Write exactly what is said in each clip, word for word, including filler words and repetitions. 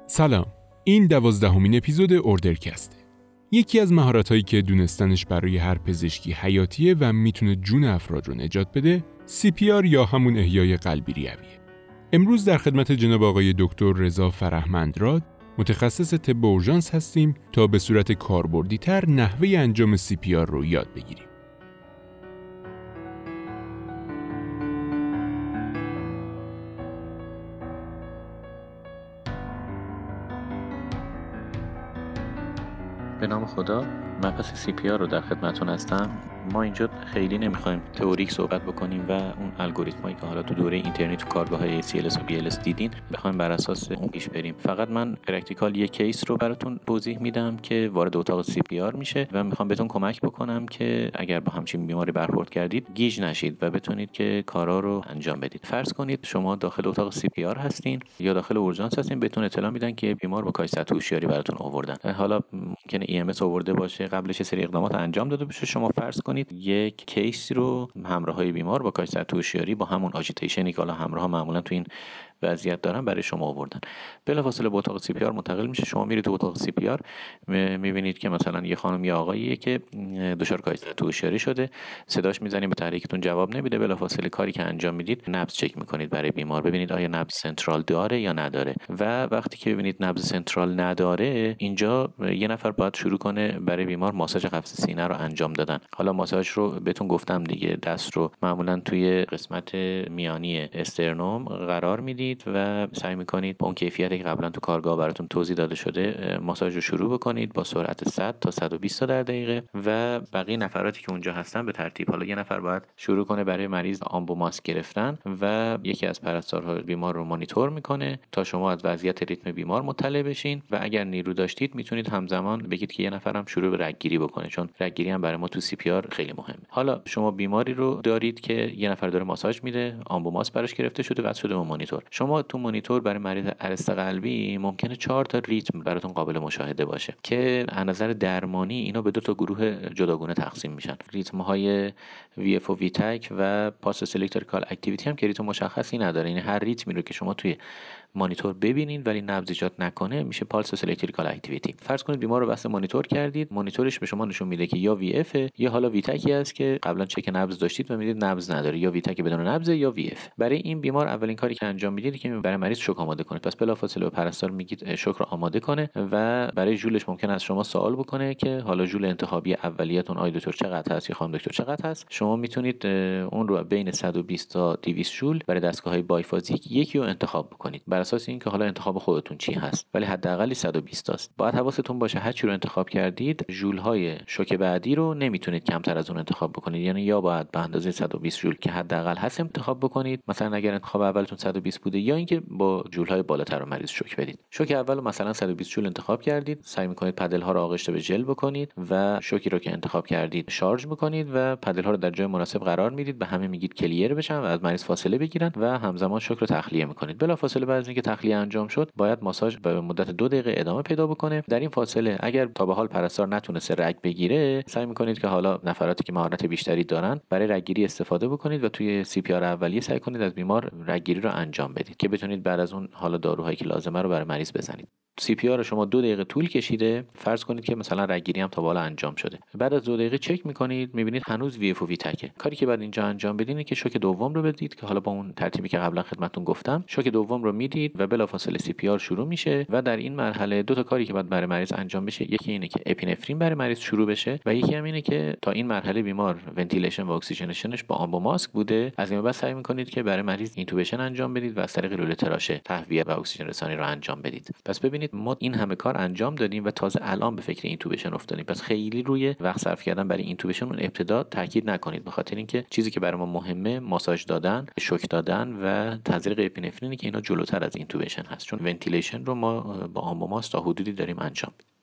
سلام، این دوازدهمین اپیزود اوردرکسته. یکی از مهارت‌هایی که دونستنش برای هر پزشکی حیاتیه و میتونه جون افراد رو نجات بده، سی پی آر یا همون احیای قلبی ریویه. امروز در خدمت جناب آقای دکتر رضا فرهمندراد، متخصص طب اورژانس هستیم تا به صورت کاربردی‌تر نحوه انجام سی پی آر رو یاد بگیریم. به نام خدا، مبحث سی پی آر رو در خدمتتون هستم. ما اینجا خیلی نمیخوایم تئوریک صحبت بکنیم و اون الگوریتمایی که حالا تو دوره اینترنت تو کارگاه‌های ای سی ال اس و بی ال اس دیدین بخوایم بر اساس اون پیش بریم. فقط من پرکتیکال یک کیس رو براتون توضیح میدم که وارد اتاق سی پی آر میشه و میخوام بهتون کمک بکنم که اگر با همچین بیماری برخورد کردید گیج نشید و بتونید که کارا رو انجام بدید. فرض کنید شما داخل اتاق سی پی آر هستین یا داخل اورژانس هستین، بهتون اطلاع میدن که بیمار با کاهش سطح هوشیاری براتون آوردن. حالا ممکنه ای ام اس آورده باشه، قبلش سری اقدامات انجام داده بشه. شما فرض کنید یک کیس رو همراهای بیمار با کاهش سطح هوشیاری با همون آژیتیشنی که حالا همراه معمولا تو این وضعیت دارن برای شما آوردن. بلافاصله به اتاق سی پی آر منتقل میشه. شما میرید تو اتاق سی پی آر، میبینید که مثلا یه خانم یا آقاییه که دچار کاهش سطح هوشیاری شده. صداش میزنید، به تحریکتون جواب نمیده. بلافاصله کاری که انجام میدید، نبض چک میکنید برای بیمار، ببینید آیا نبض سنترال داره یا نداره. و وقتی که ببینید نبض سنترال نداره، اینجا یه نفر باید شروع کنه برای بیمار ماساژ قفسه سینه رو انجام دادن. حالا ماساژ رو بهتون گفتم دیگه، دست رو معمولا توی قسمت میانی استرنوم قرار میدید و سعی میکنید با اون کیفیتی که قبلا تو کارگاه براتون توضیح داده شده ماساژ رو شروع بکنید با سرعت صد تا صد و بیست تا در دقیقه و بقیه نفراتی که اونجا هستن به ترتیب. حالا یه نفر باید شروع کنه برای مریض آمبو ماسک گرفتن و یکی از پرستارها بیمار رو مانیتور میکنه تا شما از وضعیت ریتم بیمار مطلع بشین و اگر نیرو داشتید میتونید همزمان بگید که یه نفرم شروع به رگگیری بکنه، چون رگگیری هم برای ما تو سی پی آر خیلی مهمه. حالا شما بیماری رو دارید که یه نفر داره ماساژ میده، آمبو ماسک براش گرفته شده، واسه شده مانیتور. شما تو مانیتور برای مریض آرست قلبی ممکنه چهار تا ریتم براتون قابل مشاهده باشه که از نظر درمانی اینا به دو تا گروه جداگانه تقسیم میشن. ریتم های وی اف و وی تک و پاس الکتریکال اکتیویتی هم که ریتم مشخصی نداره. یعنی هر ریتمی رو که شما توی مانیتور ببینید ولی نبض ایجاد نکنه میشه پالس الکتریکال اکتیویتی. فرض کنید بیمار رو واسه مانیتور کردید، مانیتورش به شما نشون میده که یا وی اف یا حالا وی تکی است که قبلا چک نبض داشتید و میدید نبض نداره، یا وی تک بدون نبض یا وی اف. برای این بیمار اولین کاری که انجام میدید که برای مریض شوک آماده کنید. پس بلافاصله به پرستار میگید شوک رو آماده کنه و برای ژولش ممکن است شما سوال بکنه که حالا ژول انتخابی اولیه‌تون آی دکتر چقدر هست یا خانم دکتر چقدر هست. شما میتونید اون رو بین صد و بیست تا دویست ژول برای دستگاه‌های بایفازیک یکی رو انتخاب بکنید بر اساس اینکه حالا انتخاب خودتون چی هست، ولی حداقل صد و بیست تاست. باید حواستون باشه هر چی رو انتخاب کردید ژول‌های شوک بعدی رو نمیتونید کمتر از اون انتخاب بکنید. یعنی یا باید به اندازه صد و بیست ژول که حداقل هست انتخاب بکنید، مثلا اگر انتخاب اولتون صد و بیست بوده، یا اینکه با ژول‌های بالاتر رو مریض شوک بدید. شوک اول مثلا صد و بیست ژول انتخاب کردید، سعی می‌کنید پدل‌ها رو آغشته به ژل بکنید و شوکی رو که انتخاب کردید شارژ می‌کنید و پدل‌ها رو در جای مناسب قرار میدید. به همه میگید کلیر بشن و از مریض فاصله بگیرن و همزمان شوک رو تخلیه می‌کنید. بلافاصله بعد از اینکه تخلیه انجام شد باید ماساژ به مدت دو دقیقه ادامه پیدا بکنه. در این فاصله اگر تا به حال پرستار نتونسته رگ بگیره، سعی می‌کنید که حالا نفراتی که مهارت بیشتری دارن برای رگگیری استفاده بکنید و توی سی پی آر اولیه سعی کنید از بیمار رگگیری رو انجام بدید که بتونید بعد از اون حالا داروهایی که لازمه رو برای مریض بزنید. سی پی آر شما دو دقیقه طول کشیده، فرض کنید که مثلا رگگیری هم تا بالا انجام شده. بعد از دو دقیقه چک می‌کنید، می‌بینید هنوز وی اف و وی تکه. کاری که بعد اینجا انجام بدین اینه که شوک دوم رو بدید که حالا با اون ترتیبی که قبلا خدمتتون گفتم، شوک دوم رو میدید و بلافاصله سی پی آر شروع میشه و در این مرحله دو تا کاری که بعد برای مریض انجام بشه، یکی اینه که اپینفرین برای مریض شروع بشه و یکی هم اینه که تا این مرحله بیمار ونتیلیشن و اکسیژنشنش با آمبو ماسک بوده. از این بعد سعی می‌کنید که برای مریض اینتوبیشن انجام بدید و از طریق لوله تراشه تهویه و اکسیژن رسانی رو انجام بدید. پس ببینید ما این همه کار انجام دادیم و تازه الان به فکر اینتوبیشن افتادیم. پس خیلی روی وقت صرف کردن برای اینتوبیشن اون ابتدا تاکید نکنید، به خاطر اینکه چیزی که برای ما مهمه ماساژ دادن، شوک دادن و تزریق اپینفرینی که اینا جلوتر از اینتوبیشن هست، چون ونتیلیشن رو ما با آمبو ماسک تا حدودی داریم انجام میدیم.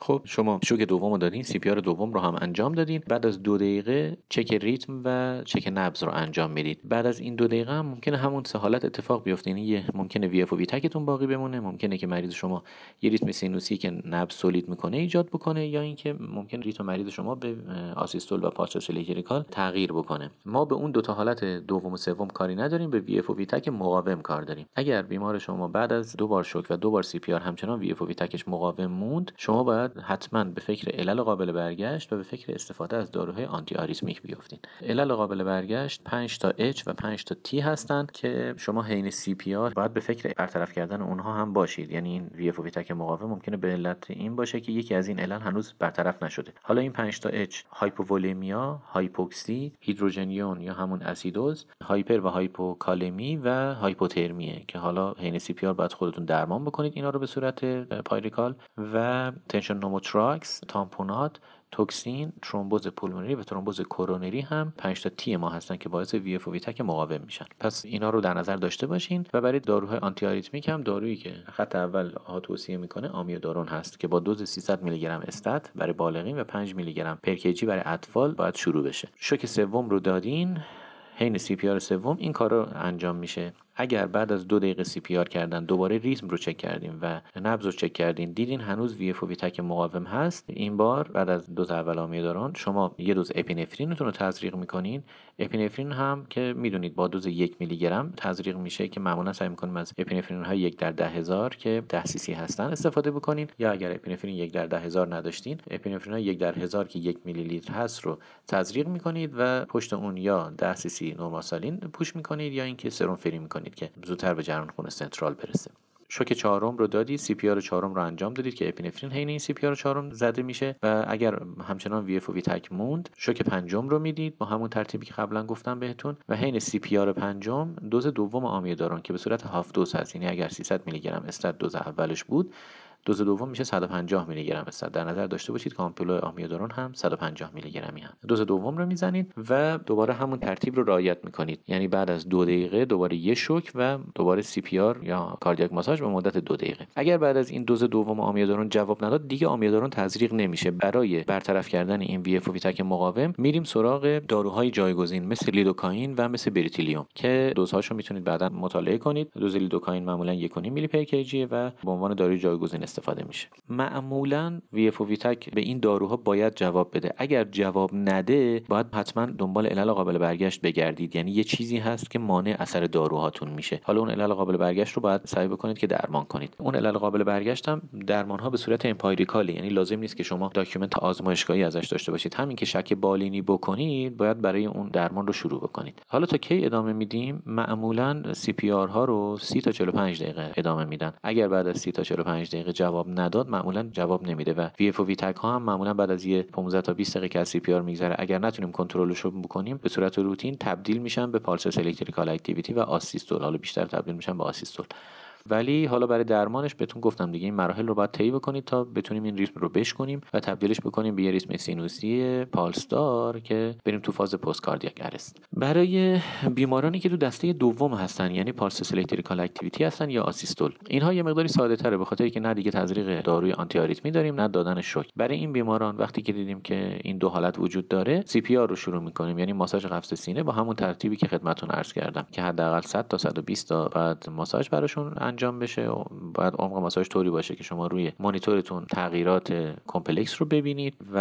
خب شما شوک دومو دادین، سی پی آر دوم رو هم انجام دادین، بعد از دو دقیقه چک ریتم و چک نبض رو انجام میدید. بعد از این دو دقیقه هم ممکنه همون سه حالت اتفاق بیفته، یعنی یه ممکنه وی اف و وی تکتون باقی بمونه، ممکنه که مریض شما یه ریتم سینوسی که نبض تولید میکنه ایجاد بکنه، یا اینکه ممکن ریتم مریض شما به آسیستول و پالس الکتریکال تغییر بکنه. ما به اون دو تا حالت دوم و سوم کاری نداریم، به وی اف و وی تک مقاوم کار داریم. اگر بیمار شما بعد از دو بار شوک و دو بار سی پی آر همچنان وی اف و وی تکش مقاوم موند، شما باید حتما به فکر علل قابل برگشت و به فکر استفاده از داروهای آنتی آریتمیک بیافتین. علل قابل برگشت پنج تا اچ و پنج تا تی هستند که شما حین سی پی آر باید به فکر برطرف کردن اونها هم باشید. یعنی این وی اف و وی تک مقاوم ممکنه به علت این باشه که یکی از این علل هنوز برطرف نشده. حالا این پنج تا اچ هایپوولمیا، هایپوکسی، هیدروژنیون یا همون اسیدوز، هایپر و هایپوکالمی و هایپوترمیه که حالا حین سی پی آر باید خودتون درمان بکنید اینا رو به صورت پایریکال. و تنشن نوموتراکس، تامپونات، توکسین، ترومبوز پولمونری و ترومبوز کرونری هم پنج تا تی ما هستن که باعث وی اف و وی تک مقاوم میشن. پس اینا رو در نظر داشته باشین. و برای داروهای آنتی آریتمیک هم دارویی که خط اول ها توصیه میکنه آمیودارون هست که با دوز سیصد میلی گرم استات برای بالغین و پنج میلی گرم پر کیجی برای اطفال باید شروع بشه. شوک سوم رو دادین، حین سی پی آر سوم این کار رو انجام میشه. اگر بعد از دو دقیقه سی پی آر کردن دوباره ریتم رو چک کردیم و نبض رو چک کردین دیدین هنوز وی اف و وی تک مقاوم هست، این بار بعد از دوز اول آمیودارون شما یه دوز اپینفرینتون رو تزریق میکنین. اپینفرین هم که میدونید با دوز یک میلی گرم تزریق میشه که معمولا سعی میکنیم از اپینفرین های یک در ده هزار که ده سی سی هستن استفاده بکنین، یا اگر اپینفرین یک در ده هزار نداشتین اپینفرین های یک در هزار که یک میلی لیتر هست رو تزریق میکنید و پشت اون یا ده سی سی نورماسالین پوش میکنید یا اینکه سرونفرین میکنید که زودتر به جریان خون سنترال برسه. شوک چهارم رو دادید، سی پی آر چهارم رو انجام دادید که اپینفرین حین این سی پی آر چهارم زده میشه و اگر همچنان وی اف و وی تک موند شوک پنجم رو میدید با همون ترتیبی که قبلا گفتم بهتون و حین سی پی آر پنجم دوز دوم آمیودارون که به صورت هاف دوز هست، یعنی اگر سیصد میلی گرم استات دوز اولش بود، دوز دوم میشه صد و پنجاه میلی گرم استات. در نظر داشته باشید که آمپول آمیودارون هم صد و پنجاه میلی گرمی هم. دوز دوم رو میزنید و دوباره همون ترتیب رو رعایت میکنید، یعنی بعد از دو دقیقه دوباره یه شوک و دوباره سی پی آر یا کاردیاک ماساژ به مدت دو دقیقه. اگر بعد از این دوز دوم آمیودارون جواب نداد دیگه آمیودارون تزریق نمیشه. برای برطرف کردن این وی اف و وی تک مقاوم میریم سراغ داروهای جایگزین مثل لیدوکائین و مثل بریتیلیوم که دوزهاشو میتونید بعدا مطالعه کنید. دوز لیدوکائین معمولا یک و نیم میلی پر کیجی و به عنوان داروی جایگزین استفاده میشه. معمولا وی اف و وی تک به این داروها باید جواب بده. اگر جواب نده باید حتما دنبال علل قابل برگشت بگردید، یعنی یه چیزی هست که مانع اثر داروهاتون میشه. حالا اون علل قابل برگشت رو باید سعی بکنید که درمان کنید. اون علل قابل برگشت هم درمان ها به صورت امپایریکاله، یعنی لازم نیست که شما داکیومنت آزمایشگاهی ازش داشته باشید. همین که شک بالینی بکنید باید برای اون درمان رو شروع بکنید. حالا تا کی ادامه میدیم؟ معمولا سی پی آر ها رو سی تا چهل و پنج دقیقه ادامه میدن. اگر بعد از سی تا چهل و پنج دقیقه جواب نداد معمولا جواب نمیده و وی اف و وی تک ها هم معمولا بعد از یه پانزده تا بیست دقیقه از سی پی آر میگذره اگر نتونیم کنترلش رو بکنیم به صورت روتین تبدیل میشن به پالس الکتریکال اکتیویتی و آسیستول. حالا بیشتر تبدیل میشن به آسیستول. ولی حالا برای درمانش بهتون گفتم دیگه این مراحل رو باید طی بکنید تا بتونیم این ریتم رو بشکنیم و تبدیلش بکنیم به یه ریتم سینوسی پالس دار که بریم تو فاز پست کاردیاک ارست. برای بیمارانی که تو دسته دوم هستن یعنی پالس الکتریکال اکتیویتی هستن یا آسیستول، اینها یه مقداری ساده تره به خاطر اینکه نه دیگه تزریق داروی آنتی آریتمی داریم نه دادن شوک. برای این بیماران وقتی که دیدیم که این دو حالت وجود داره سی پی آر رو شروع می‌کنیم، یعنی ماساژ قفس سینه با همون ترتیبی که خدمتتون عرض کردم که حداقل صد تا صد و بیست تا بعد ماساژ براشون انجام بشه. باید عمق ماساژ طوری باشه که شما روی مانیتورتون تغییرات کمپلکس رو ببینید و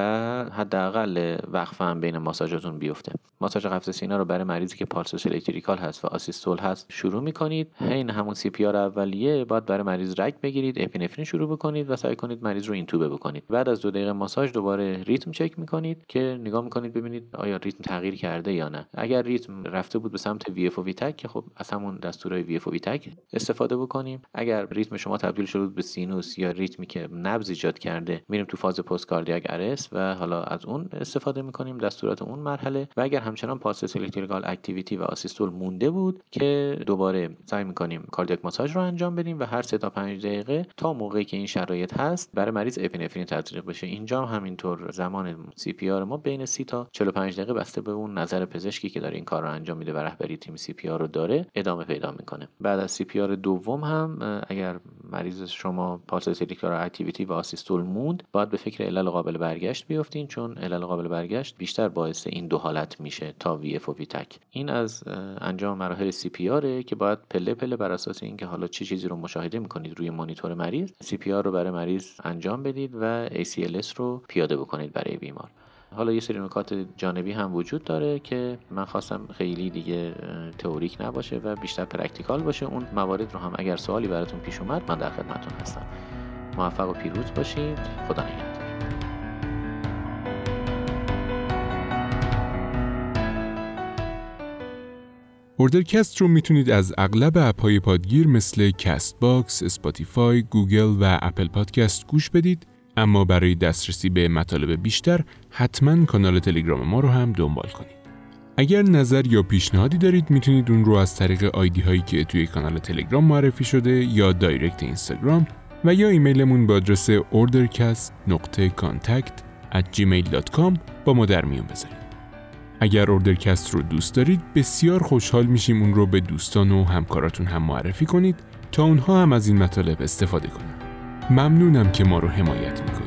حداقل وقفه هم بین ماساژاتون بیفته. ماساژ قفس سینه رو برای مریضی که پالس الکتریکال هست و آسیستول هست شروع می‌کنید. حین همون سی پی آر اولیه بعد برای مریض رگ بگیرید، اپینفرین شروع بکنید و سعی کنید مریض رو اینتوبه بکنید. بعد از دو دقیقه ماساژ دوباره ریتم چک می‌کنید که نگاه می‌کنید ببینید آیا ریتم تغییر کرده یا نه. اگر ریتم رفته بود به سمت وی اف و وی تک که خب از همون دستورهای وی اف و وی تک استفاده بکنیم. اگر ریتم شما تبدیل شده به سینوس یا ریتمی که نبض ایجاد کرده میریم تو فاز پست کاردیاک ارست و حالا از اون استفاده میکنیم دستورات اون مرحله. و اگر همچنان پالس الکتریکال اکتیویتی و آسیستول مونده بود که دوباره سعی میکنیم کاردیاک ماساژ رو انجام بدیم و هر سه تا پنج دقیقه تا موقعی که این شرایط هست برای مریض اپینفرین تزریق بشه. اینجا هم همینطور زمان سی پی آر ما بین سی تا چهل و پنج دقیقه بسته به اون نظر پزشکی که داره این کار رو انجام میده و رهبری تیم سی پی آر رو داره ادامه پیدا میکنه. بعد از سی پی آر دوم هم اگر مریض شما پاراسایتیکال اکتیویتی و آسیستول موند، باید به فکر علل قابل برگشت بیافتین، چون علل قابل برگشت بیشتر باعث این دو حالت میشه تا وی اف و وی تک. این از انجام مراحل سی پی آر که باید پله پله بر اساس اینکه حالا چه چیزی رو مشاهده میکنید روی مانیتور مریض، سی پی آر رو برای مریض انجام بدید و ای سی ال اس رو پیاده بکنید برای بیمار. حالا یه سری نکات جانبی هم وجود داره که من خواستم خیلی دیگه تئوریک نباشه و بیشتر پرکتیکال باشه. اون موارد رو هم اگر سوالی براتون پیش اومد من در خدمتتون هستم. موفق و پیروز باشید. خدا نگهدار. اوردرکست رو میتونید از اغلب اپ‌های پادگیر مثل کست باکس، اسپاتیفای، گوگل و اپل پادکست گوش بدید. اما برای دسترسی به مطالب بیشتر حتما کانال تلگرام ما رو هم دنبال کنید. اگر نظر یا پیشنهادی دارید میتونید اون رو از طریق آیدی هایی که توی کانال تلگرام معرفی شده یا دایرکت اینستاگرام و یا ایمیلمون با آدرس اوردرکست دات کانتکت ات جیمیل دات کام با ما در میون بذارید. اگر اوردرکست رو دوست دارید بسیار خوشحال میشیم اون رو به دوستان و همکاراتون هم معرفی کنید تا اونها هم از این مطالب استفاده کنن. ممنونم که ما رو حمایت میکنید.